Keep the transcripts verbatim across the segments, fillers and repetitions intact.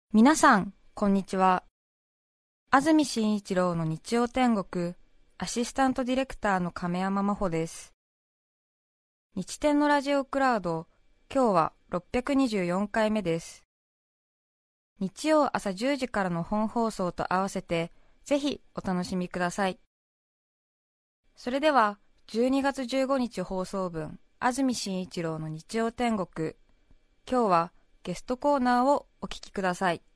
皆さんこんにちは。安住紳一郎の日曜天国アシスタントディレクターの亀山真帆です。日天のラジオクラウド、今日はろっぴゃくにじゅうよんかいめです。日曜朝じゅうじからの本放送と合わせてぜひお楽しみください。それではじゅうにがつじゅうごにち放送分、安住紳一郎の日曜天国、今日はゲストコーナーをお聞きください。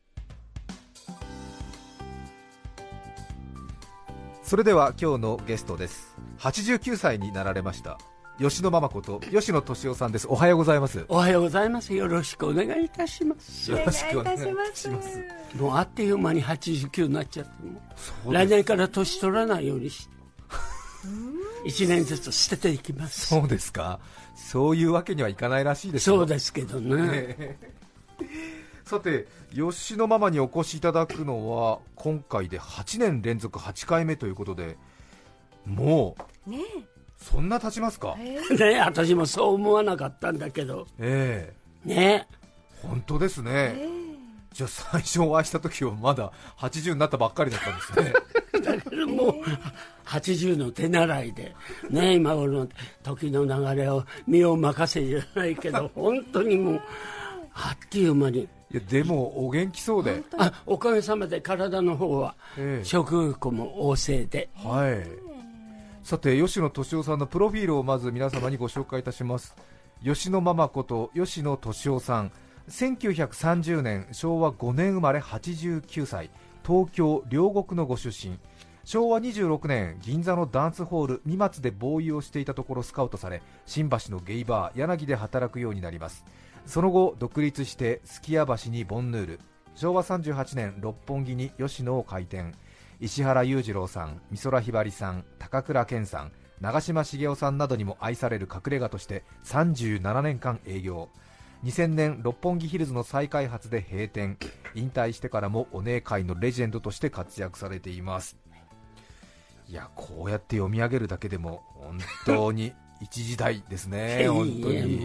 それでは今日のゲストです。はちじゅうきゅうさいになられました吉野ママこと吉野俊夫さんです。おはようございます。 おはようございます。よろしくお願いいたします。 よろしくお願いいたします。 もうあっという間にはちじゅうきゅうになっちゃって、も来年から年取らないようにしていちねんずつ捨てていきます。 そうですか。そういうわけにはいかないらしいですよ。 そうですけどねさて、吉野ママにお越しいただくのは今回ではちねん連続はちかいめということで、もう、ね、そんな経ちますか、えー、ね、私もそう思わなかったんだけど、 えー、ね、 本当ですね、えー、じゃあ最初お会いした時はまだはちじゅうになったばっかりだったんですねだからもうはちじゅうの手習いで、ね、今頃の時の流れを身を任せじゃないけど本当にもうあっという間に。 いやでもお元気そうで、 あ、おかげさまで体の方は食欲も旺盛で、 えー、はい。さて、吉野俊夫さんのプロフィールをまず皆様にご紹介いたします。吉野ママこと吉野俊夫さん、せんきゅうひゃくさんじゅうねんしょうわごねん生まれ、はちじゅうきゅうさい、東京両国のご出身。しょうわにじゅうろくねん銀座のダンスホール三松でボーイをしていたところスカウトされ、新橋のゲイバー柳で働くようになります。その後独立してすき家橋にボンヌール、しょうわさんじゅうはちねん六本木に吉野を開店。石原裕次郎さん、美空ひばりさん、高倉健さん、長嶋茂雄さんなどにも愛される隠れ家としてさんじゅうななねんかん営業。にせんねん六本木ヒルズの再開発で閉店。引退してからもお姉界のレジェンドとして活躍されています。いや、こうやって読み上げるだけでも本当に一時代ですね本当に、うん、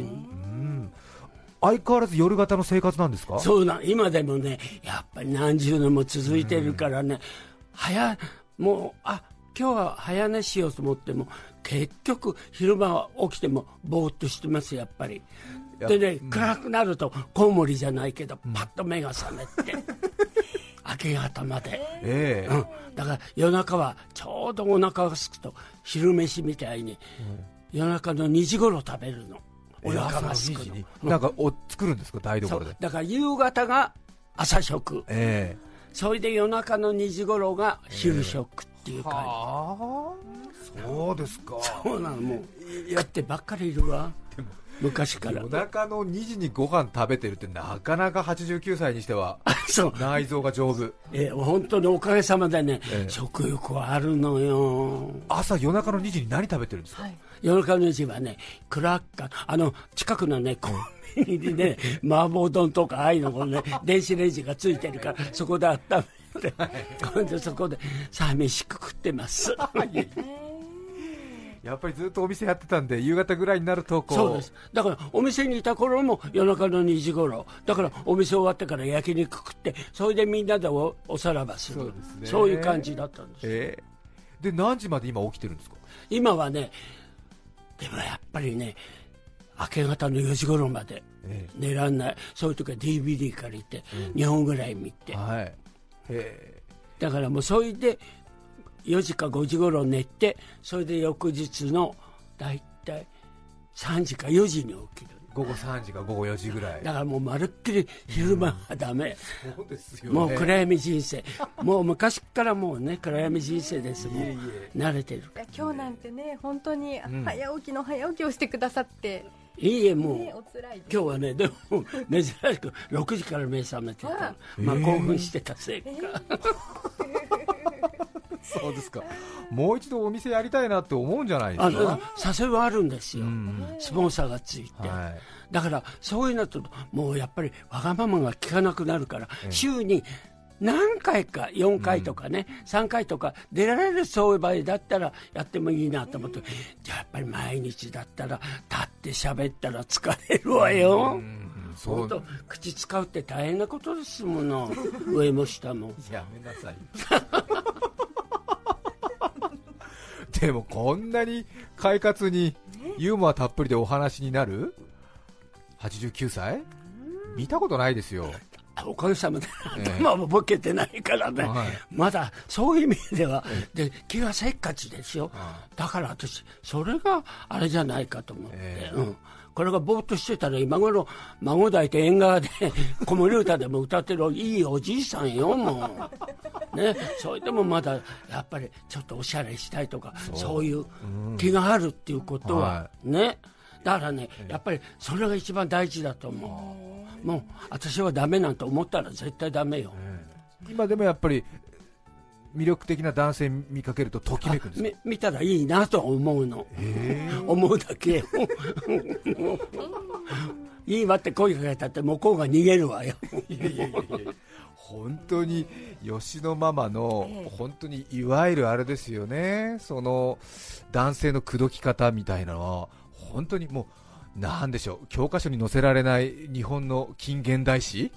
相変わらず夜型の生活なんですか？ そうな、今でもね、やっぱり何十年も続いてるからね、うん、早もうあ今日は早寝しようと思っても結局昼間は起きてもぼーっとしてます。やっぱりでね、うん、暗くなるとコウモリじゃないけど、うん、パッと目が覚めて明け方まで、 えーうん、だから夜中はちょうどお腹が空くと昼飯みたいに、うん、夜中のにじ頃食べるの。お腹が空くの、 うん、なんかお作るんですか、台所で。 だから夕方が朝食、 えー、 それで夜中のにじ頃が昼食っていう感じ、えー、 はあ、そうですか。 そうなの、もう食ってばっかりいるわ昔から。 夜中のにじにご飯食べてるってなかなかはちじゅうきゅうさいにしてはそう内臓が丈夫。 えー、本当におかげさまでね、えー、食欲はあるのよ。 朝夜中のにじに何食べてるんですか？はい、 夜中のにじはね、クラッカー、あの近くのねコンビニにね麻婆丼とかああいうのもね電子レンジがついてるからそこで温めて今度そこでさあ飯食ってますやっぱりずっとお店やってたんで夕方ぐらいになるとこう。 そうです。だからお店にいた頃も夜中のにじ頃だからお店終わってから焼肉食ってそれでみんなで お, おさらばする。そうですね、そういう感じだったんです、 えー、で何時まで今起きてるんですか？ 今はね、でもやっぱりね明け方のよじ頃まで寝らんない、えー、そういう時は ディーブイディー 借りてにほんぐらい見て、 はい、えー、だからもうそれでよじかごじ頃寝て、それで翌日のだいたいさんじかよじに起きる。 午後さんじかごごよじぐらいだからもうまるっきり昼間はダメ、 うん、そうですよね、 もう暗闇人生もう昔からもうね暗闇人生ですもう慣れてる。 いや今日なんてね本当に早起きの早起きをしてくださって、 うん、いいえもう、ね、今日はねでも珍しくろくじから目覚めてた、まあ、興奮してたせいか、えーそうですか。もう一度お店やりたいなって思うんじゃないですか？ あ誘いはあるんですよ、うん、スポンサーがついて、はい、だからそういうのともうやっぱりわがままが聞かなくなるから、うん、週に何回かよんかいとかね、うん、さんかいとか出られるそういう場合だったらやってもいいなと思って、じゃあやっぱり毎日だったら立って喋ったら疲れるわよ、うん、 本当口使うって大変なことですもの上も下もやめなさいでもこんなに快活にユーモアたっぷりでお話になるはちじゅうきゅうさい見たことないですよ。 おかげさまで頭もボケてないからね、はい、まだそういう意味では、で気がせっかちですよ、だから私それがあれじゃないかと思って、えーうん、これがぼーっとしてたら今頃孫抱いて縁側で子守歌でも歌ってるいいおじいさんよもう、ね、それでもまだやっぱりちょっとおしゃれしたいとか そ, そういう気があるっていうことはね、はい、だからねやっぱりそれが一番大事だと思う。もう私はダメなんて思ったら絶対ダメよ、 うん、今でもやっぱり魅力的な男性見かけるとときめくんですか？ 見, 見たらいいなと思うの、えー、思うだけいいわって声かけたって向こうが逃げるわよいやいやいやいや本当に吉野ママの本当にいわゆるあれですよね、その男性の口説き方みたいなのは本当にもうなんでしょう、教科書に載せられない日本の近現代史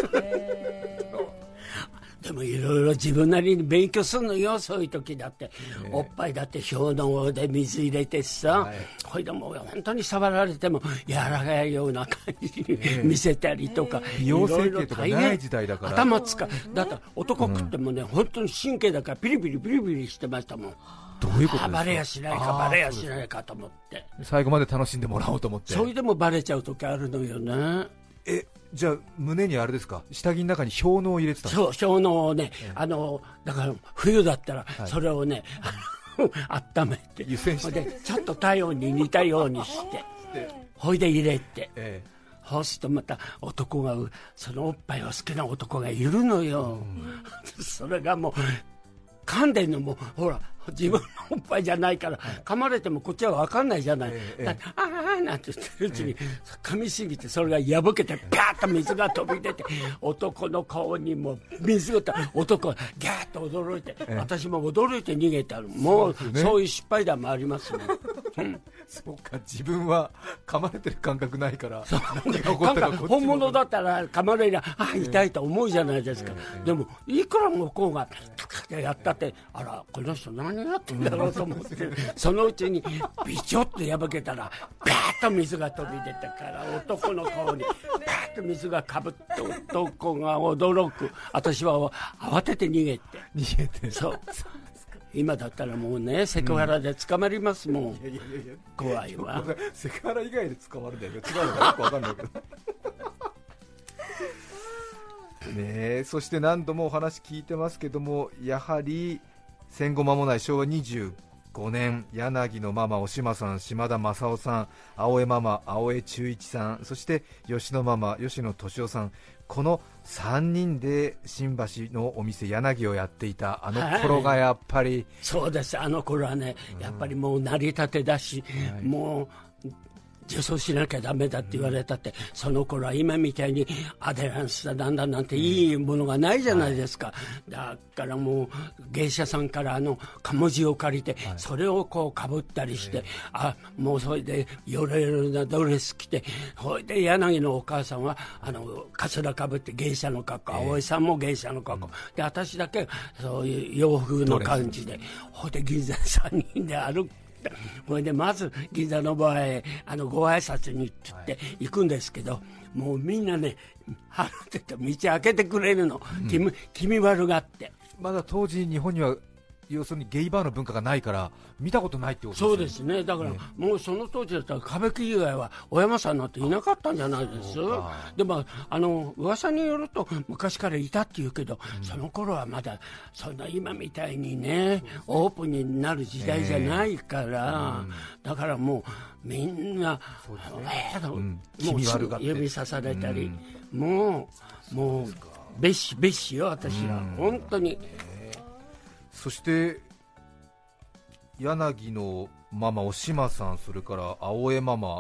でもいろいろ自分なりに勉強するのよ、そういう時だって、おっぱいだって氷ので水入れてさ、はい、これでも本当に触られても柔らかいような感じに見せたりとか、 美容整形とかない時代だから頭使う、だって男食ってもね、うん、本当に神経だからピリピリピリピリしてましたもん。 どういうことですか？ バレやしないかバレやしないかと思って最後まで楽しんでもらおうと思って。 それでもバレちゃう時あるのよね。 えじゃあ胸にあれですか、下着の中に氷のを入れてたんですか？ そう、氷のをね、ええ、あのだから冬だったらそれをね、はい、温めて湯煎してでちょっと体温に似たようにしてほいで入れて、ええ、そうするとまた男がそのおっぱいを好きな男がいるのよ、うん、それがもう噛んでんのもほら自分のおっぱいじゃないから、はい、噛まれてもこっちは分かんないじゃない、ええ、だってああなんて言ってるうちに、ええ、噛みすぎてそれが破けてピャーッと水が飛び出て男の顔にも水が男がギャーッと驚いて、ええ、私も驚いて逃げたの。もう そう、ね、そういう失敗談もありますね、うん、 そうか、自分は噛まれてる感覚ないから何が起こったかこっちも本物だったら噛まれりゃあ痛いと思うじゃないですか、ええ、でもいくら向こうがやったってあらこの人何やってんだろうと思ってそのうちにビチョッと破けたらピャーッと水が飛び出たから男の顔にピャーッと水がかぶって男が驚く。私は慌てて逃げて逃げてそう今だったらもうねセクハラで捕まりますもん、うん、いやいやいや怖いわ。 セクハラ以外で捕まるんだよ、違うのかよく分かんないけどねえ、そして何度もお話聞いてますけども、やはり戦後間もないしょうわにじゅうごねん、柳のママお島さん、島田正夫さん、青江ママ青江忠一さん、そして吉野ママ吉野敏夫さん、このさんにんで新橋のお店柳をやっていたあの頃がやっぱり、はい、 そうです、あの頃はね、やっぱりもう成り立てだし、うん、もう女装しなきゃダメだって言われたって、うん、その頃は今みたいにアデランスだなんだなんていいものがないじゃないですか、はい、だからもう芸者さんからあのかもじを借りて、はい、それをこうかぶったりして、あもうそれでヨレヨレなドレス着て、それで柳のお母さんはあのかつらかぶって芸者の格好、葵さんも芸者の格好、うん、で私だけそういう洋風の感じで、ほいで銀座さんにんで歩く。これでまず銀座の場合あのご挨拶にって行くんですけど、はい、もうみんなね払ってて道開けてくれるの、うん、気, 気味悪がって。 まだ当時日本には要するにゲイバーの文化がないから見たことないってことですね。 そうですね、だから、ね、もうその当時だったら歌舞伎以外はお山さんなんていなかったんじゃないです。でもあの噂によると昔からいたっていうけど、うん、その頃はまだそんな今みたいにねオープンになる時代じゃないから、えー、だからもうみんなそうですね、えーうん、もう指さされたり、うん、もうもうべしべしよ私は、うん、本当に。 そして柳のママお島さん、それから青江ママ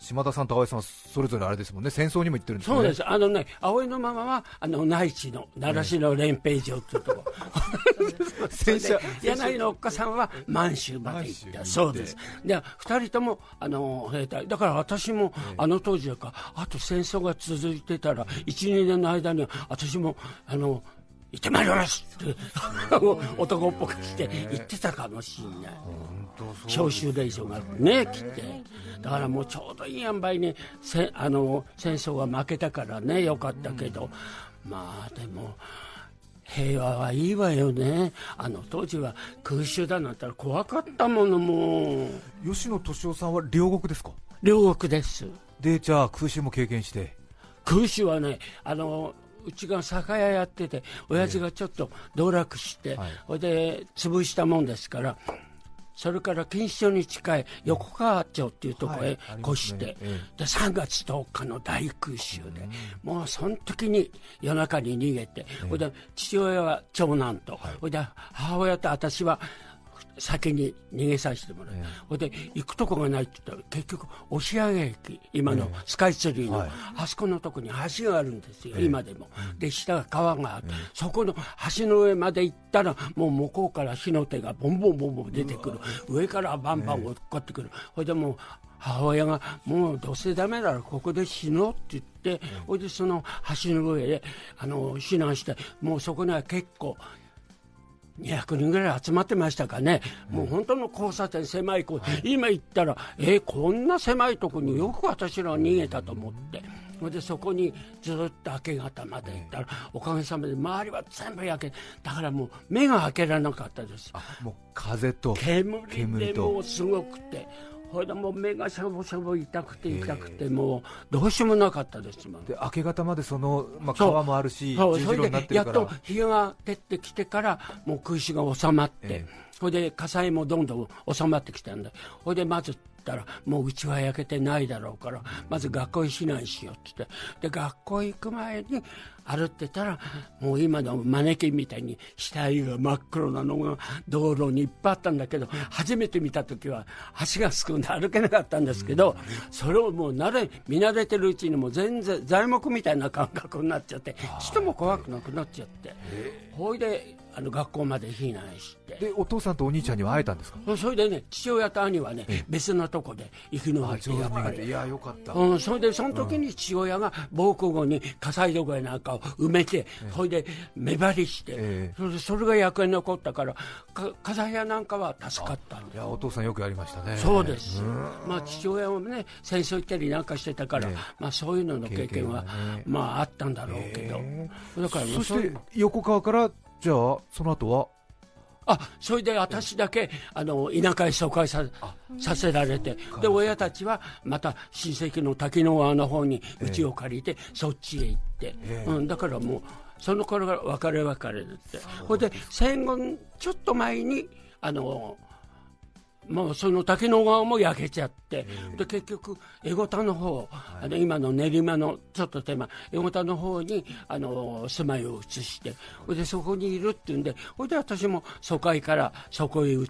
島田さんと葵さんはそれぞれあれですもんね、戦争にも行ってるんですよね。 そうです。あのね、葵のママはあの内地の奈良市の練兵場というところ、戦車柳のおっかさんは満州まで行った。そうです。でふたりともあの兵隊だから、私もあの当時だから、あと戦争が続いてたらいち、にねんの間には私もあの行ってまいりますって男っぽくして行ってたかもしれない。召集令状がね来て、だからもうちょうどいい塩梅にせあの戦争が負けたからねよかったけど、うん、まあでも平和はいいわよね。あの当時は空襲だなんて怖かったもの。もう吉野敏夫さんは両国ですか？ 両国です。 でじゃあ空襲も経験して。 空襲はね、あのうちが酒屋やってて、親父がちょっと道楽して、それで潰したもんですから、それから錦糸町に近い横川町っていうところへ越して、でさんがつとおかの大空襲で、もうその時に夜中に逃げて、それで父親は長男と、それで母親と私は先に逃げさせてもらう、それで行くとこがないって言ったら、結局押上駅、今のスカイツリーの、はい、あそこのとこに橋があるんですよ、今でも。で下が川があって、そこの橋の上まで行ったら、もう向こうから火の手がボンボンボンボン出てくる、上からバンバン落っこってくる。それでもう母親がもうどうせダメならここで死のうって言って、それでその橋の上であの避難して、もうそこには結構にひゃくにんぐらい集まってましたかね、うん、もう本当の交差点、狭い、はい、今言ったら、えー、こんな狭いところによく私らは逃げたと思って、それでそこにずっと明け方まで行ったら、おかげさまで周りは全部焼け、だからもう目が開けられなかったです。 あもう風と煙でもうすごくて、それでもう目がしょぼしょぼ痛くて痛くて、もうどうしようもなかったですもん。 で明け方までその、まあ、川もあるし、 そうそう、それでやっと日が照ってきてからもう空襲が収まって、えー、それで火災もどんどん収まってきたんで、それでまずったらもううちは焼けてないだろうから、まず学校へ避難しようって言って、で学校へ行く前に歩ってたら、もう今のマネキンみたいに死体が真っ黒なのが道路にいっぱいあったんだけど、初めて見た時は足がすくんで歩けなかったんですけど、それをもう慣れ見慣れてるうちにもう全然材木みたいな感覚になっちゃって、人も怖くなくなっちゃって、ほいであの学校まで避難して、 でお父さんとお兄ちゃんには会えたんですか？ それでね、父親と兄はね別のとこで行くのがやっぱり、 いやよかった、 うん、それでその時に父親が防空壕に火災どころなんかを埋めて、それで目張りして、ええ、それそれが役に残ったから、か火災屋なんかは助かったんで。 いやお父さんよくやりましたね。 そうです、まあ、父親もね戦争行ったりなんかしてたから、ええ、まあ、そういうのの経験は、ね、まあ、あったんだろうけど、えー、だからそして横川からじゃあその後はあそれで私だけあの田舎へ疎開 さ, させられて、で親たちはまた親戚の滝野川の方に家を借りて、えー、そっちへ行って、えーうん、だからもうその頃から別れ別れでって、それで戦後ちょっと前にあのもうその滝野川も焼けちゃって、で結局江古田の方、はい、あの今の練馬のちょっと手前江古田の方にあの住まいを移して、でそこにいるっていうんで、それで私も疎開からそこへ移って、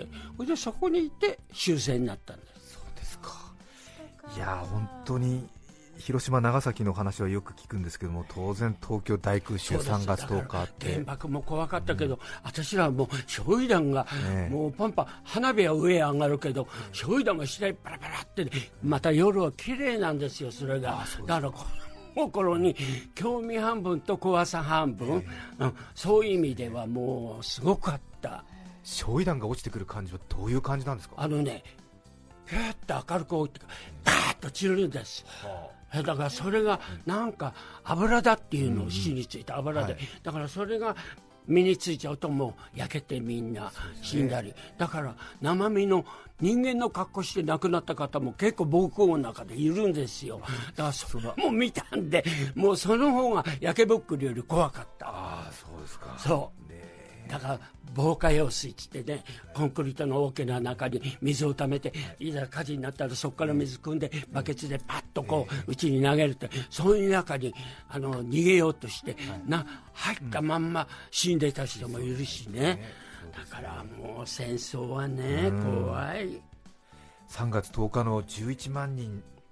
それでそこにいて終戦になったんです。 そうですか。いや本当に広島長崎の話はよく聞くんですけども、当然東京大空襲さんがつとおかあって、 原爆も怖かったけど、うん、私らはもう焼夷弾が、ね、もうパンパン花火は上へ上がるけど、焼夷弾が下へパラパラって、ね、また夜は綺麗なんですよ、それが。だからこの頃に興味半分と怖さ半分、うん、そういう意味ではもうすごかった。 焼夷弾が落ちてくる感じはどういう感じなんですか？ あのね、ピューッと明るく落ちてバーッと散るんです、はあ、だからそれがなんか油だっていうのを死についた油で、うんはい、だからそれが身についちゃうともう焼けてみんな死んだり、ね、だから生身の人間の格好して亡くなった方も結構防空壕の中でいるんですよ。だからそれも見たんで、もうその方が焼けぼっくりより怖かった。 ああそうですか。 そうだから防火用水ってね、コンクリートの大きな中に水をためて、いざ火事になったらそこから水汲んでバケツでパッとこう家に投げるって、そういう中にあの逃げようとしてな入ったまんま死んでた人もいるしね。だからもう戦争はね怖い。 さんがつとおかのじゅういちまんにん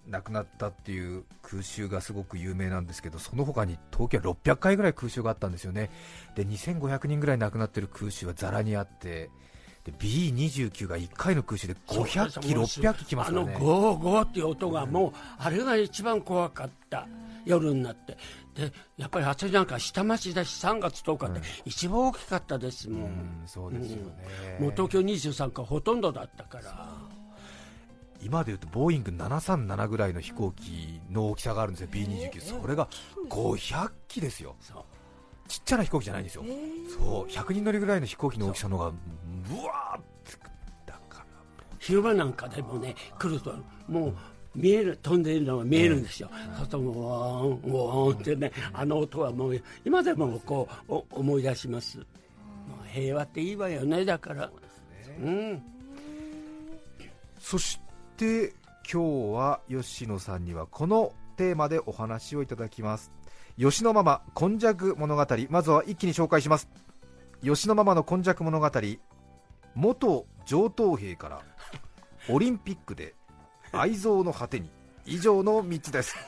亡くなったっていう空襲がすごく有名なんですけど、その他に東京はろっぴゃっかいぐらい空襲があったんですよね。でにせんごひゃくにんぐらい亡くなっている空襲はざらにあって、で ビーにじゅうきゅう がいっかいの空襲でごひゃっきろっぴゃっき来ますからね。 あのゴーゴーっていう音がもう、うん、あれが一番怖かった、夜になって。でやっぱり私なんか下町だしさんがつとおかって一番大きかったですもん、うん、 そうですよね、 うん、もう東京にじゅうさんかほとんどだったから。 今でいうとボーイングななさんななぐらいの飛行機の大きさがあるんですよ、 ビーにじゅうきゅう、それがごひゃっきですよ。ちっちゃな飛行機じゃないんですよ、そうひゃくにん乗りぐらいの飛行機の大きさのがブワーってだから、 昼間なんかでもね来るともう見える、飛んでいるのが見えるんですよ、うん、そうするともうワーンワーンってね、あの音はもう今でもこう思い出します。もう平和っていいわよね、だから。そうですね、うん、 そして今日は吉野さんにはこのテーマでお話をいただきます。吉野ママ今昔物語、まずは一気に紹介します。吉野ママの今昔物語、元上等兵からオリンピックで愛憎の果てに、以上のみっつです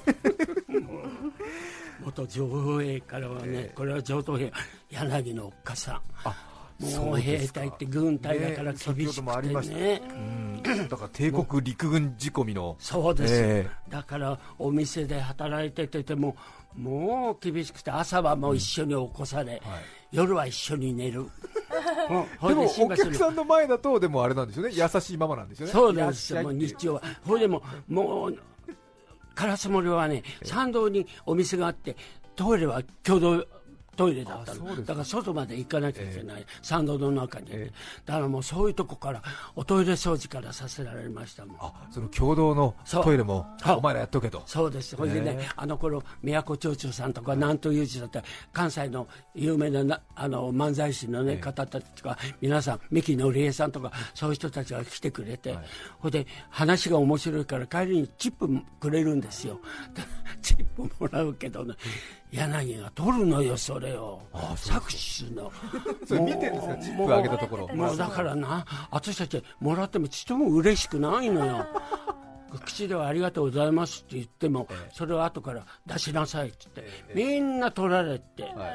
元上兵からはね、えー、これは上等兵柳のおっかさん、もう兵隊って軍隊だから厳しくて ね, ね、 うん、だから帝国陸軍仕込みのそうです、えー、だからお店で働いてててももう厳しくて、朝はもう一緒に起こされ、うん、はい、夜は一緒に寝るうん、 でもお客さんの前だとでもあれなんですよね、優しいママなんですよね。 そうですよ、もう日中はほいでももう烏森はね、参道にお店があってトイレは共同トイレだったのだから外まで行かなきゃいけない、えー、参道の中に、えー、だからもうそういうとこからおトイレ掃除からさせられましたもん。 あ、その共同のトイレもお前らやっとけと。 そうです。ほいでね、えー、あの頃都町長さんとか南東裕二だったり関西の有名なあの漫才師の、ね、えー、方たちとか皆さん、三木のりえさんとかそういう人たちが来てくれて、はい、ほいで話が面白いから帰りにチップくれるんですよチップもらうけどね、柳が取るのよそれを。ああ、搾取するのそれ見てるんですか、チップあげたところ。 もうだからな、私たちもらってもちっとも嬉しくないのよ口ではありがとうございますって言っても、ええ、それを後から出しなさいって言って、ええ、みんな取られて、はい、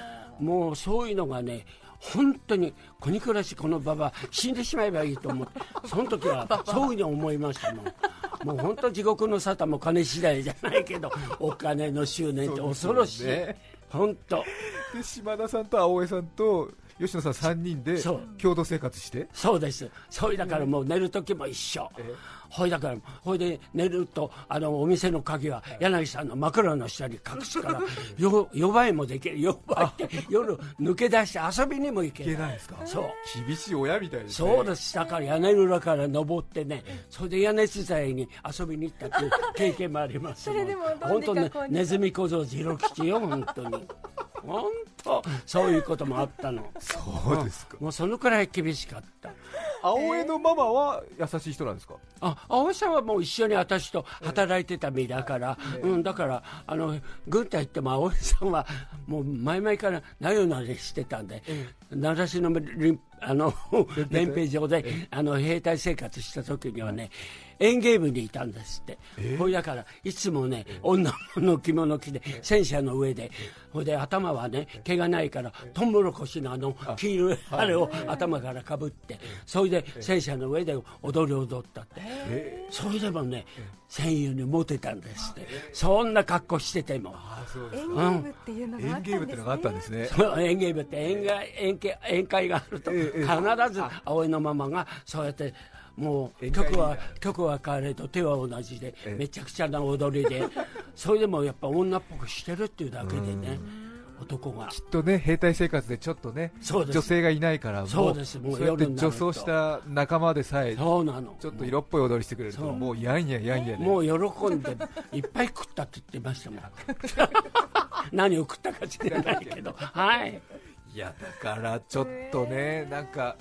もうそういうのがね、本当に子憎らしい、このババア死んでしまえばいいと思って、その時はそういうふうに思いましたもんもう本当地獄の沙汰も金次第じゃないけどお金の執念って恐ろしい、ね、本当で島田さんと青江さんと吉野さんさんにんで共同生活して。 そうです。それだからもう寝る時も一緒、えー、ほいだからほいで寝るとあのお店の鍵は柳さんの枕の下に隠すからよ夜ばいもできる。夜ばいって夜抜け出して遊びにも行けない。 行けないですか。 そう、 厳しい親みたいですね。そうです。だから屋根裏から登ってね、それで屋根伝いに遊びに行ったっていう経験もありますそれでも本当ね、ネズミ小僧次郎吉よ本当に本当そういうこともあったの。 そうですか。 もうそのくらい厳しかった。 青江のママは優しい人なんですか。 あ、青江さんはもう一緒に私と働いてた身だから、えーうん、だからあの軍隊行っても青江さんはもう前々からなよなれしてたんで、えー、習志野あの練兵場で、えー、あの兵隊生活した時にはね、園芸部にいたんですって、えー、ほいだからいつもね、えー、女の着物着で戦車の上で、ほいで頭はね毛がないからトウモロコシのあの黄色いあれを頭からかぶって、それで戦車の上で踊り踊ったって、えー、それでもね戦友にモテたんですって、えー、そんな格好してても。 あ、そうですか。園芸部っていうのがあったんですね。園芸部ってのがあったんですね。 そう、園芸部って宴会、宴会、宴会があると必ず青江のママがそうやってもう曲は曲は変われと手は同じでめちゃくちゃな踊りでそれでもやっぱ女っぽくしてるっていうだけでね、男がきっとね兵隊生活でちょっとね女性がいないから、 そうです、もう夜になると女装した仲間でさえそうなの、 ちょっと色っぽい踊りしてくれるともうやんややんやで、 もう喜んでいっぱい食ったって言ってましたもん何を食ったか知らないけどはい。 いやだからちょっとね、なんか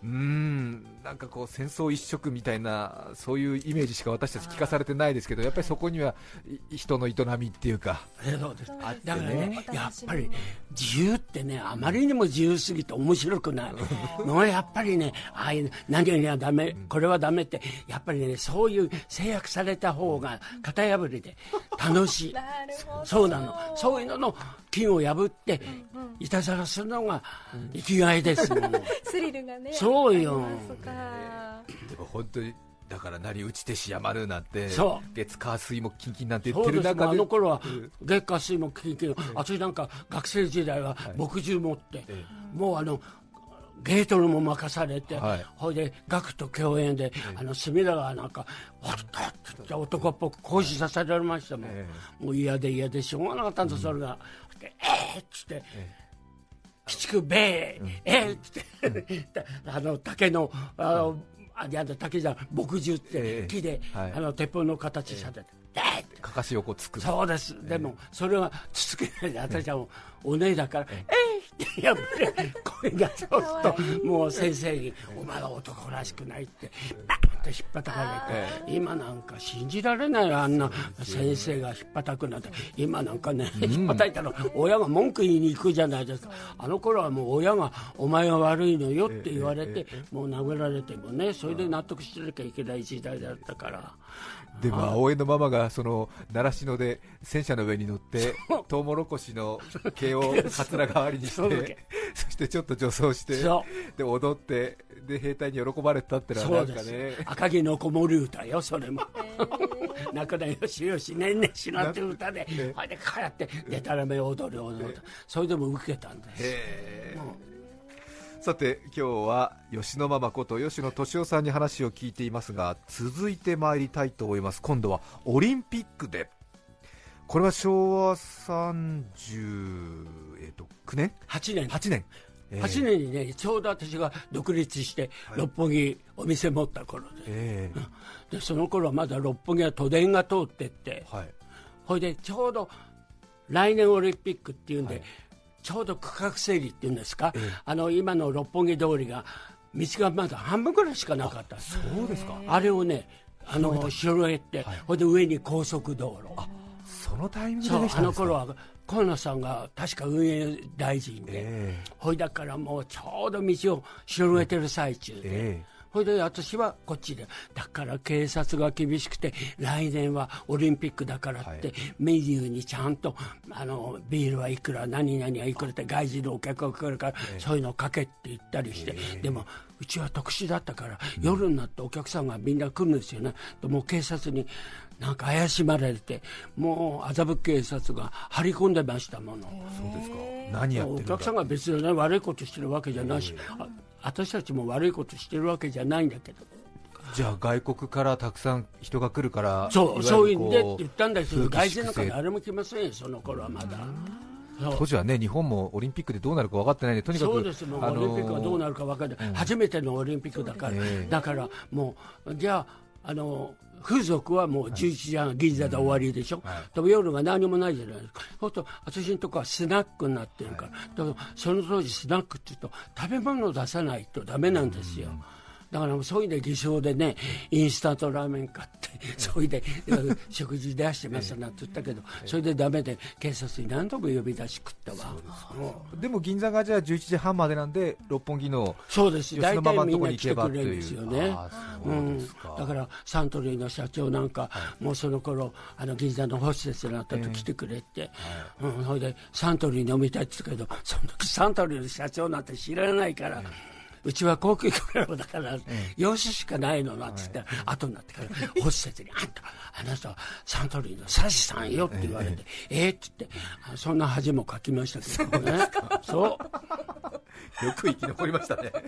うーんなんかこう戦争一色みたいなそういうイメージしか私たち聞かされてないですけど、やっぱりそこには人の営みっていうか、 そうです。だからね、やっぱり自由ってね、あまりにも自由すぎて面白くない。もうやっぱりね、ああいう何々はダメ、これはダメって、やっぱりね、そういう制約された方が型破りで楽しい。そうなの。そういうのの金を破っていたずらするのが生きがいですもの。 スリルがね。 そうよ。 でも本当にだから何打ち手しやまるなんて、 そう月火水もキンキンなんて言ってる中で、 あの頃は月火水もキンキン、私なんか学生時代は墨汁持って、もうあのゲートルも任されて、はい、ほいで学と共演で、えー、あの隅田川なんかわっとって男っぽく講師させられましたもん、えー、もう嫌で嫌でしょうがなかったんです、うん、それがでえーっつって、えー、鬼畜べー、うん、えーっつってあの竹のあの、うん、あいや竹じゃ墨汁って木で、えーはい、あの鉄砲の形されて、えーかかし横つく。 そうです、えー、でもそれはつつけないで、私はもうお姉だからえーってやっぱり声がちょっともう先生にお前は男らしくないってバーッと引っ叩かれて、今なんか信じられない、あんな先生が引っ叩くなんて。今なんかね、引っ叩いたら親が文句言いに行くじゃないですか。あの頃はもう親がお前が悪いのよって言われて、もう殴られてもね、それで納得しなきゃいけない時代だったから。 でも青江のママがその習志野で戦車の上に乗ってトウモロコシの毛をカツラ代わりにしてそしてちょっと女装してで踊ってで兵隊に喜ばれたってのはなんかね、 赤城の子守歌よ、それも泣くなよしよしねんねしなって歌で、ね、あれでこうやってでたらめ踊る踊る、それでも受けたんです。へー。 さて今日は吉野ママこと吉野敏夫さんに話を聞いていますが、続いて参りたいと思います。今度はオリンピックで、これはしょうわさんじゅうきゅうねんはちねんはちねん、 えー、はちねんにね、ちょうど私が独立して六本木お店持った頃で、えー、でその頃はまだ六本木は都電が通ってって、はい、ほいでちょうど来年オリンピックっていうんで、はい、ちょうど区画整理っていうんですか、ええ、あの今の六本木通りが道がまだ半分ぐらいしかなかった。 そうですか。 あれをね、あの広げて、はい、ほいで上に高速道路。 あ、そのタイミングでできたんですか。 そう、あの頃は河野さんが確か運営大臣で、ええ、ほいだからもうちょうど道を広げてる最中で、ええ、ほいで私はこっちで、だから警察が厳しくて来年はオリンピックだからって、はい、メニューにちゃんとあのビールはいくら何々はいくらって外人のお客が来るから、えー、そういうのをかけって言ったりして、えー、でもうちは特殊だったから、うん、夜になってお客さんがみんな来るんですよね。でもう警察になんか怪しまれて、もう麻布警察が張り込んでましたもの。 そうですか。何やってるんだ。 お客さんが別に、ね、悪いことしてるわけじゃないし、あ私たちも悪いことしてるわけじゃないんだけど。 じゃあ外国からたくさん人が来るから、 そうそういうんでって言ったんだけど、外人なんか誰も来ませんよ、その頃はまだ。 当時はね、日本もオリンピックでどうなるか分かってないんで、とにかくそうです、もう、あのー、オリンピックがどうなるか分からない、うん、初めてのオリンピックだから、えー、だからもう、じゃあ、あのー風俗はもうじゅういちじはん銀座で終わりでしょ、はい、でも夜が何もないじゃないですか。そうすると私のところはスナックになってるから、はい、だからその当時スナックって言うと食べ物を出さないとダメなんですよ、うん、だからそういうので偽証でね、インスタントラーメン買ってそれで食事出してますなんて言ったけど、それでダメで警察に何度も呼び出し食ったわ。 でも銀座がじゃあじゅういちじはんまでなんで、六本木のそうです大体みんな来てくれるんですよね。うん、だからサントリーの社長なんか、はい、もうその頃あの銀座のホステスになったと来てくれて、えーはい、うん、それでサントリー飲みたいって言ったけど、その時サントリーの社長なんて知らないから、えーうちは高級クラブだから、うん、養子しかないのなって言って、はい、後になってからホステスにあんたあなたはサントリーのサシさんよって言われて、えー、えー、って言って、そんな恥もかきましたけどね。 そうよく生き残りましたね。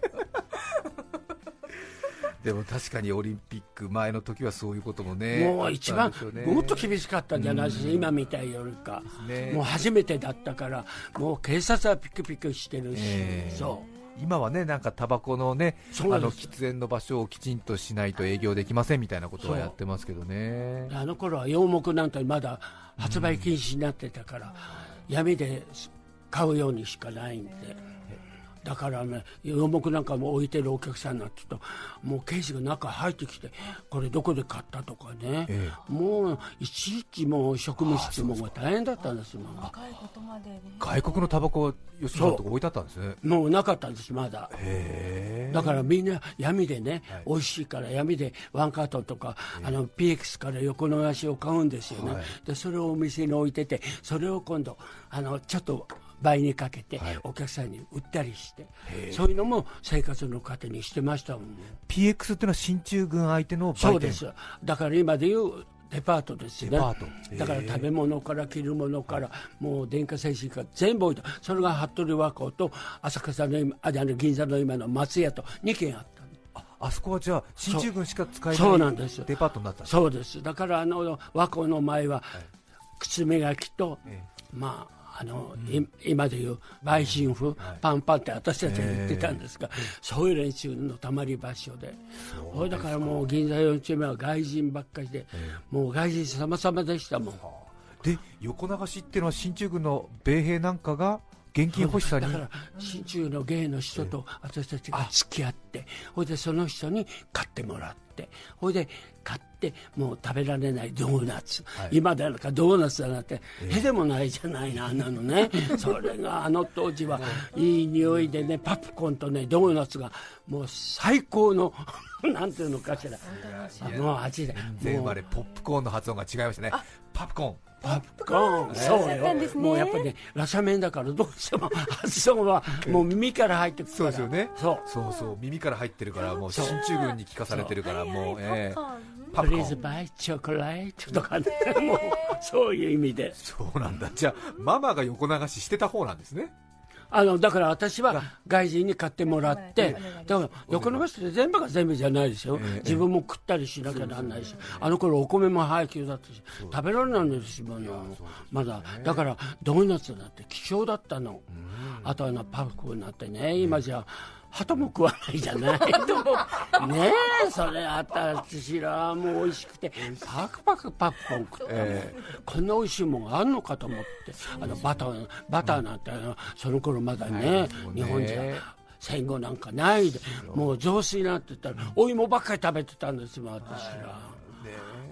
でも確かにオリンピック前の時はそういうこともね、 もう一番もっと厳しかったんじゃないですか、今みたいよりか、ね、もう初めてだったから、もう警察はピクピクしてるし、えー、そう今はね、なんかタバコのね、あの喫煙の場所をきちんとしないと営業できませんみたいなことはやってますけどね。 あの頃は洋木なんてまだ発売禁止になってたから、うん、闇で買うようにしかないんで、 だからね、洋木なんかも置いてるお客さんなんて言うと、もう刑事が中入ってきて、これどこで買ったとかね、ええ、もういちいちもう職務質問が大変だったんですもん。 若いことまでね。 外国のタバコは吉野さんのとこ置いてあったんですね。 もうなかったんです、まだ。 へー。 だからみんな闇でね、はい、美味しいから闇でワンカートンとか、あの ピーエックス から横の足を買うんですよね、はい、でそれをお店に置いてて、それを今度あのちょっと倍にかけてお客さんに売ったりして、はい、そういうのも生活の糧にしてましたもん。 ピーエックス っていうのは進駐軍相手の売店。 そうです。だから今でいうデパートですよね。デパート。だから食べ物から着るものから、もう電化製品から全部置いた。それが服部和光と浅草の今、あの銀座の今の松屋とにけんあった。 あ, あそこはじゃあ進駐軍しか使えないデパートになったんですか。 そうです。だからあの和光の前は靴磨きと、ええ、まああのうん、今でいう売春婦、はい、パンパンって私たちが言ってたんですが、えー、そういう連中のたまり場所で、それだからもう銀座よん丁目は外人ばっかりで、えー、もう外人様々でしたもん。 で横流しっていうのは進駐軍の米兵なんかが現金欲しさに、 だから進駐の芸の人と私たちが付き合って、ほいでその人に買ってもらって、ほいで買ってもう食べられないドーナツ、はい、今だかドーナツだなんてへでもないじゃないな、あんなのねそれがあの当時はいい匂いでね、パプコーンとねドーナツがもう最高のなんていうのかしら、もう味で全然あれポップコーンの発音が違いましたね。パプコーンパプコーン、そうよ、ね、もうやっぱりねラシャメンだからどうしても発音はもう耳から入ってくるから。 そうですよね。そうそうそう、耳から入ってるからもう進駐軍に聞かされてるからもう、えー、 パプコーンプリーズバイチョコレートとかねもうそういう意味で。 そうなんだ。じゃあママが横流ししてた方なんですね。 あのだから私は外人に買ってもらって、だから横流しって全部が全部じゃないですよ、えー、自分も食ったりしなきゃならないし、あの頃お米も配給だったし食べられないんですよまだ。だからドーナツだって希少だったの。あとはのパフコになってね、今じゃ鳩も食わないじゃないねえ、それあったらしらもう美味しくてパクパクパクポン食った、えー、こんな美味しいもんがあんのかと思って、あのバターバターなんてあのその頃まだね、はい、日本じゃ戦後なんかないで、もう雑炊なんて言ったらお芋ばっかり食べてたんですよ私ら、はい、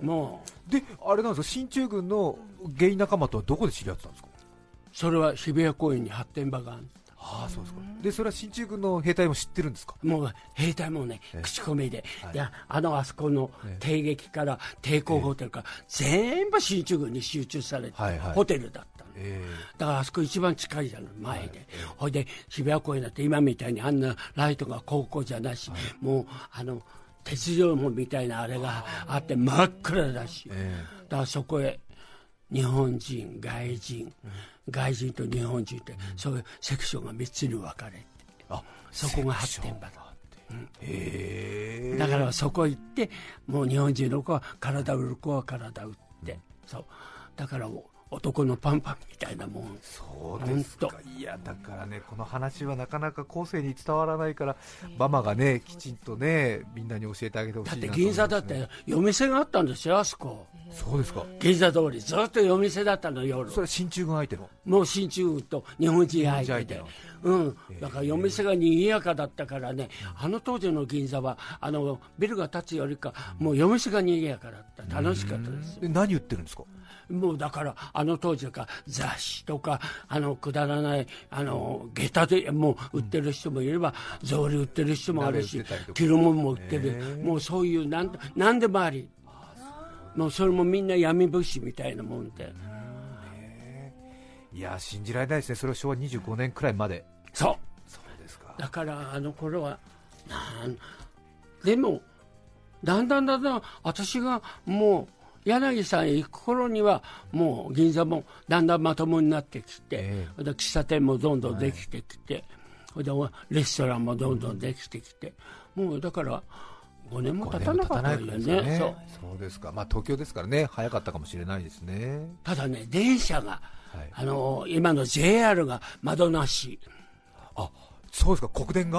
もうであれなんですか、進駐軍のゲイ仲間とはどこで知り合ってたんですか。 それは日比谷公園に発展場がある。 ああ、そうですか。でそれは進駐軍の兵隊も知ってるんですか。 もう兵隊もね、えー、口コミで、はい、であのあそこの帝劇から帝国ホテルから、えー、全部進駐軍に集中されて、はいはい、ホテルだったの、えー、だからあそこ一番近いじゃない前で、はい、ほいで日比谷公園だって今みたいにあんなライトが高校じゃなし、はい、もうあの鉄条網みたいなあれがあって真っ暗だし、えー、だからそこへ日本人外人、うん、外人と日本人って、うん、そういうセクションがみっつに分かれて、あ、そこが発展場だ、うん、へー。だからそこ行ってもう日本人の子は体売る子は体売って、うん、そうだから男のパンパンみたいなもん。 そうですか。いやだからね、この話はなかなか後世に伝わらないから、ママがねきちんとねみんなに教えてあげてほしいなと思いますね。 だって銀座だって夜店があったんですよ、あそこ。 そうですか。 銀座通りずっと夜店だったの夜。 それは進駐軍相手の。 もう進駐軍と日本人相手で、うん、だから夜店が賑やかだったからね、あの当時の銀座はあのビルが建つよりかもう夜店が賑やかだった。楽しかったですよ。 で何売ってるんですか。 もうだからあの当時か雑誌とかあのくだらないあの下駄でもう売ってる人もいれば、うん、草履売ってる人もあるし、着るもんも売ってる、もうそういうなんなんでもあり、もうそれもみんな闇物資みたいなもんで、 うん、いや信じられないですね。それはしょうわにじゅうごねんくらいまで。 そうそうですか。 だからあの頃はなんでもだんだんだんだん私がもう柳さんへ行く頃にはもう銀座もだんだんまともになってきて、えー、で喫茶店もどんどんできてきて、はい、でレストランもどんどんできてきて、もうだからごねんも経たなかったよね。 ね、そう、そうですか。まあ東京ですからね、早かったかもしれないですね。 ただね、電車が、はい、あの今の ジェイアール が窓なし。 あ、そうですか。国電が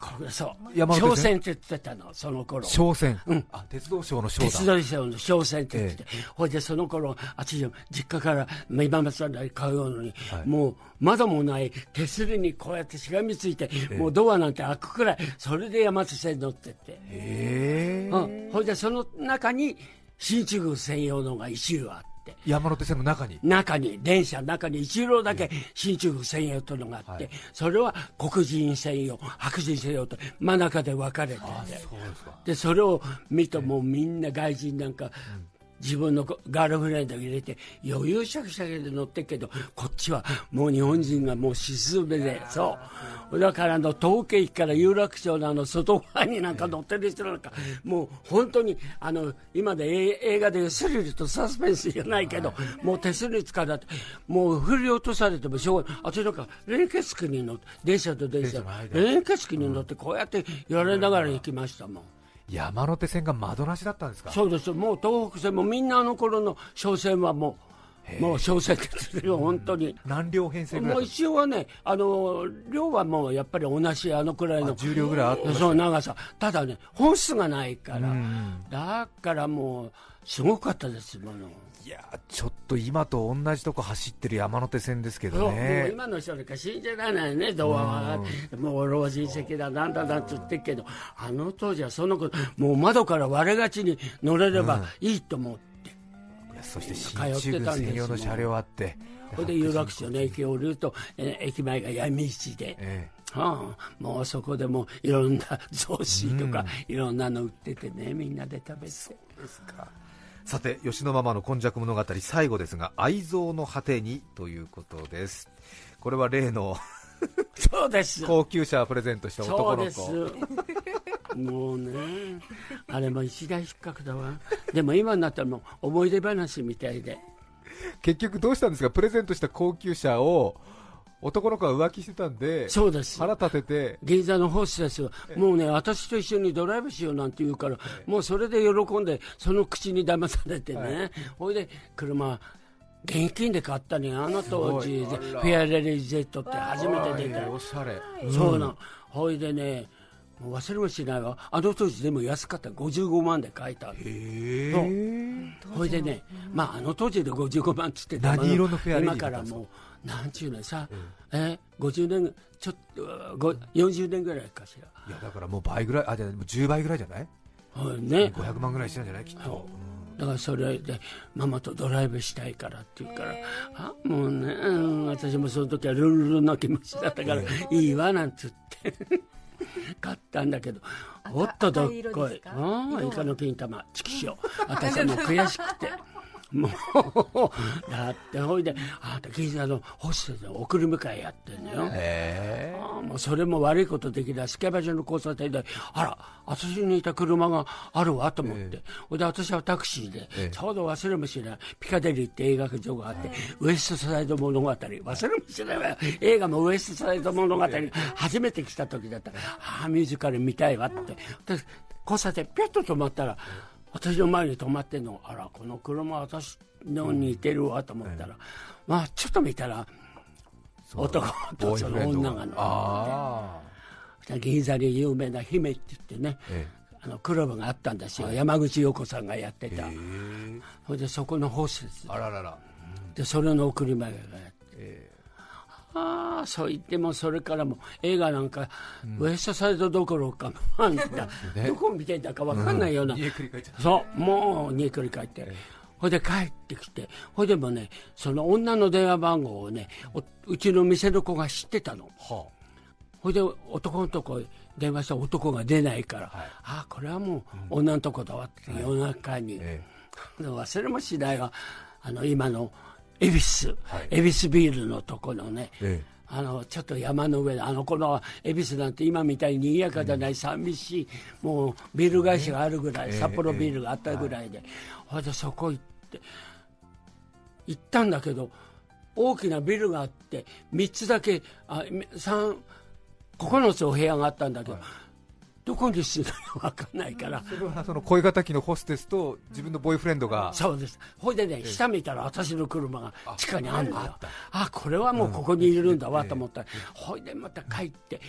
これそう山手線商船って言ってたのその頃。 商船、 うん、 あ鉄道省の商だ。 鉄道省の商船って言ってて、ええ、ほいでその頃あっち実家から今松原に通うのに、はい、もう窓もない手すりにこうやってしがみついて、ええ、もうドアなんて開くくらいそれで山手線乗ってって、 へうん、ほいでその中に新中宮専用のが一両あって、 山手線の中に中に電車の中に一両だけ新中宮専用というのがあって、はい、それは黒人専用白人専用と真ん中で分かれてて、 あ、そうですか。 でそれを見てもうみんな外人なんか、うん、自分のガールフレンドを入れて余裕しゃくしゃくで乗ってるけど、こっちはもう日本人がもう静止で、そうだからあの東京駅から有楽町のあの外側になんか乗ってる人なんか、もう本当にあの今で映画でスリルとサスペンスじゃないけど、もう手すりに使ってもう振り落とされてもしょうがない。あとなんか連結機に乗って電車と電車連結機に乗ってこうやってやられながら行きましたもん。 山手線が窓なしだったんですか。 そうです。もう東北線もみんなあの頃の商船はもうもう商船って本当に何両編成ぐらい。 もう一応はね、あの量はもうやっぱり同じあのくらいのじゅう両ぐらいあった。 そう長さ。ただね本数がないから、だからもうすごかったですもの。 いやちょっと今と同じとこ走ってる山手線ですけどね。 もう今の人なんか信じられないね。童話はもう老人席だなんだなんて言ってるけど、あの当時はそのこともう窓から割れがちに乗れればいいと思って、 うん、いやそして新中宮専用の車両あって、 それで有楽町の駅を降りると、えー、駅前が闇市で、ええ、はあ、もうそこでもいろんな雑誌とか、うん、いろんなの売っててね、みんなで食べて。 そうですか。さて吉野ママの今昔物語最後ですが、愛憎の果てにということです。これは例のそうです高級車をプレゼントした男の子。 そうですもうね、あれも一大失格だわ。でも今になったらもう思い出話みたいで。 結局どうしたんですか。プレゼントした高級車を男の子は浮気してたんで、 そうです、 腹立てて銀座のホステスはもうね、私と一緒にドライブしようなんて言うから、もうそれで喜んでその口に騙されてね、ほ、はい、いで車現金で買ったね。あの当時フェアレディジェットって初めて出た、 おしゃれ、 そうな、ほいでねもう忘れもしないわ。あの当時でも安かったごじゅうごまんで買えた。へえ。 ほいでね、まああの当時でごじゅうごまんっつってた。 何色のフェアレディ今からもうなんちゅうのさ、うん、えごじゅうねんちょっとよんじゅうねんぐらいかしら。 いやだからもう倍ぐらい、あじゃあじゅうばいぐらいじゃない。 はいね、 ごひゃくまんぐらいしてるんじゃないきっと。 だからそれでママとドライブしたいからって言うから、あもうね、うん、私もその時はルンルンの気持ちだったから、いいわなんつって買ったんだけど、おっとどっこい、あイカの金玉チキショ、私はもう悔しくてもうだってほいであなた銀座のホステスで送り迎えやってんのよ。へあもうそれも悪いことできない。スケバジの交差点であら私にいた車があるわと思って、ほいで私はタクシーでちょうど忘れもしないピカデリーって映画場があって、ウエストサイド物語忘れもしないわ。映画もウエストサイド物語初めて来た時だったら、ああミュージカル見たいわって、で交差点ピュッと止まったら私の前に止まってんの、あらこの車私のに似てるわと思ったら、うん、まあちょっと見たら男とその女が乗って、銀座に有名な姫って言ってね、ええ、あのクラブがあったんですよ、はい、山口洋子さんがやってた。それでそこのホステス、 あららら、 うん、でそれの送り迎えがやって、えー、ああそう言ってもそれからも映画なんか、うん、ウエストサイドどころかあんた、ね、どこ見てんだか分かんないような、うん、そうもう家繰り返って、えー、ほいで帰ってきて、ほいでもねその女の電話番号をねうちの店の子が知ってたの、はあ、ほいで男のとこ電話した男が出ないから、はい、ああこれはもう女のとこだわって、うん、夜中に、はい、忘れもしないわ、あの今の恵比寿、はい、恵比寿ビールのとこのね、ええ、あのちょっと山の上で、あの頃は恵比寿なんて今みたいに賑やかじゃない、うん、寂しいもうビール会社があるぐらい、え、札幌ビールがあったぐらいで、ほいでそこ行って行ったんだけど、大きなビルがあってみっつだけあさんここのつお部屋があったんだけど、はい、どこに住んだか分かんないから、 それはその恋敵のホステスと自分のボーイフレンドが、 そうです。ほいでね、下見たら私の車が地下にあるんだよ。ああこれはもうここにいるんだわと思ったら、ほいでまた帰って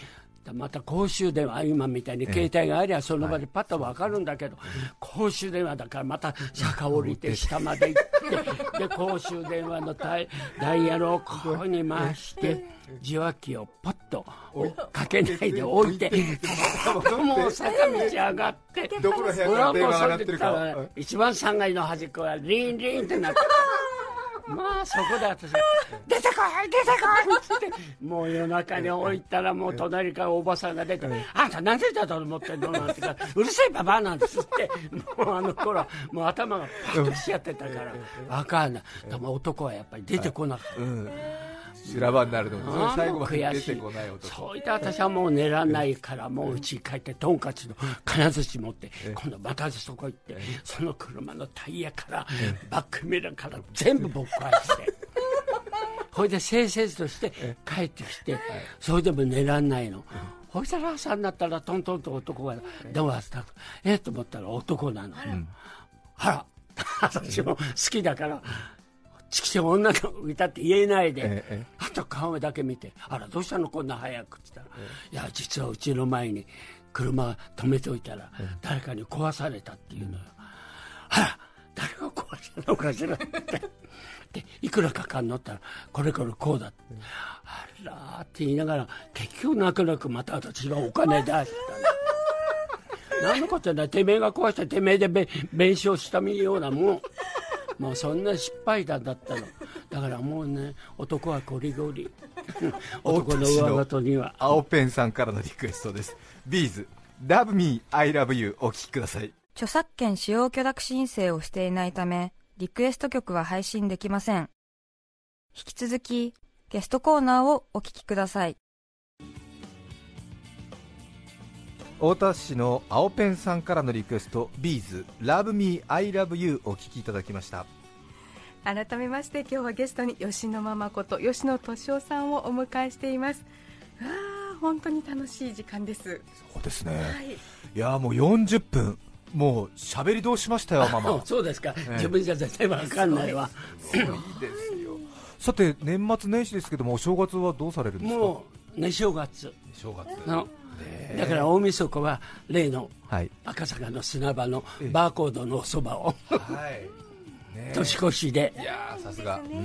また公衆電話、今みたいに携帯がありゃその場でパッと分かるんだけど、公衆電話だからまた坂降りて下まで行ってで公衆電話のダイダイヤルをここに回して受話器をポッとかけないで置いてもう坂道上がってどこの部屋から電話が鳴ってるか、 一番さんがいの端っこはリンリンってなってまあそこで私が「出てこい出てこい!」ってもう夜中に置いたらもう隣からおばさんが出て「あんた何でだと思ってんの?」なんてから「うるせえババア」なんですってもうあの頃はもう頭がパッとしちゃってたから分かんない。でも男はやっぱり出てこなかった、うん修羅場になるの最後まで出てこない男。 そういった私はもう寝らないからもう家に帰ってとんかつの金槌持って今度またそこ行ってその車のタイヤからバックミラーから全部ぼっ壊してそれでせいせいとして帰ってきてそれでも寝らんないの。そしたら朝になったらトントンと男が電話したえっと思ったら男なの。あら私も好きだからちきしょ女の子いたって言えないで、ええ、あと顔だけ見てあらどうしたのこんな早くって言ったら、ええ、いや実はうちの前に車止めておいたら、ええ、誰かに壊されたっていうのよ、うん、あら誰が壊したのかしらってでいくらかかんのって言ったらこれこれこうだって、うん、あらって言いながら結局泣く泣くまた私がお金出したの何のことだてめえが壊しててめえで弁償したみようなもんもうそんな失敗談だったのだからもうね男はゴリゴリ男の上ごとには。 青ペンさんからのリクエストです。ビーズ Love Me I Love You お聴きください。 著作権使用許諾申請をしていないためリクエスト曲は配信できません。引き続きゲストコーナーをお聴きください。 太田市の青ペンさんからのリクエストビーズ Love Me I Love You お聴きいただきました。 改めまして今日はゲストに吉野ママこと吉野敏夫さんをお迎えしています。あ本当に楽しい時間です。 そうですね、はい、いやもうよんじゅっぷんもう喋り通しましたよママ。 そうですか、ええ、自分じゃ絶対分かんないわ。 いいですよ。さて年末年始ですけどもお正月はどうされるんですか？ もう寝正月正月のだから大晦日は例の赤坂の砂場のバーコードのおそばを、はいね、年越しでいやさすが、うん、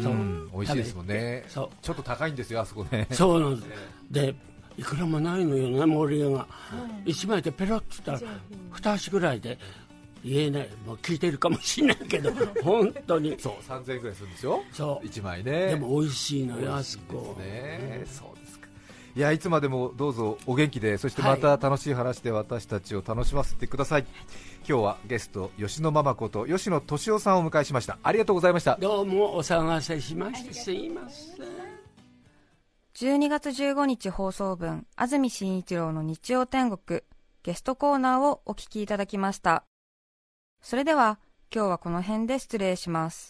美味しいですもんね。そうちょっと高いんですよあそこね。 そうなんです、ね、でいくらもないのよね盛りが、うん、いちまいでペロッと言ったら二足ぐらいで言えない、もう聞いてるかもしれないけど本当にそうさんぜんえんぐらいするんですよ。 そういちまいね。 でも美味しいのよあそこね、うん、そうですか。いやいつまでもどうぞお元気で、そしてまた楽しい話で私たちを楽しませてください、はい、今日はゲスト吉野ママこと吉野敏夫さんをお迎えしました。ありがとうございました。 どうもお騒がせしましてすいません。 じゅうにがつじゅうごにち放送分安住紳一郎の日曜天国ゲストコーナーをお聞きいただきました。それでは今日はこの辺で失礼します。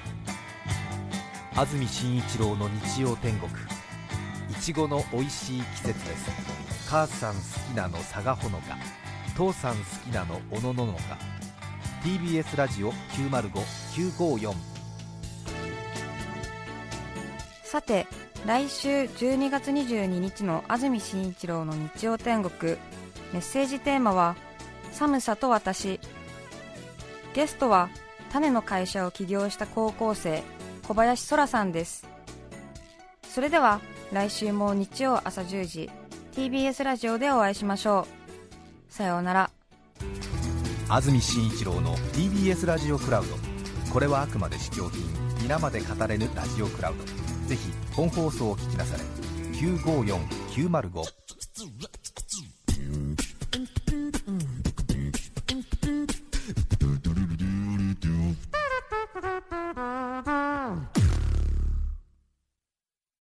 安住紳一郎の日曜天国、いちごの美味しい季節です。母さん好きなの佐賀ほのか、父さん好きなのおのののか。 ティービーエス ラジオ きゅうまるご きゅうごよん。 さて来週じゅうにがつにじゅうににちの安住紳一郎の日曜天国、メッセージテーマは寒さと私。ゲストは種の会社を起業した高校生小林空さんです。それでは来週も日曜朝じゅうじ ティービーエス ラジオでお会いしましょう。さようなら。 安住紳一郎の ティービーエス ラジオクラウド、これはあくまで試供品、皆まで語れぬラジオクラウド。ぜひ本放送を聞きなされ。きゅうごよん きゅうまるご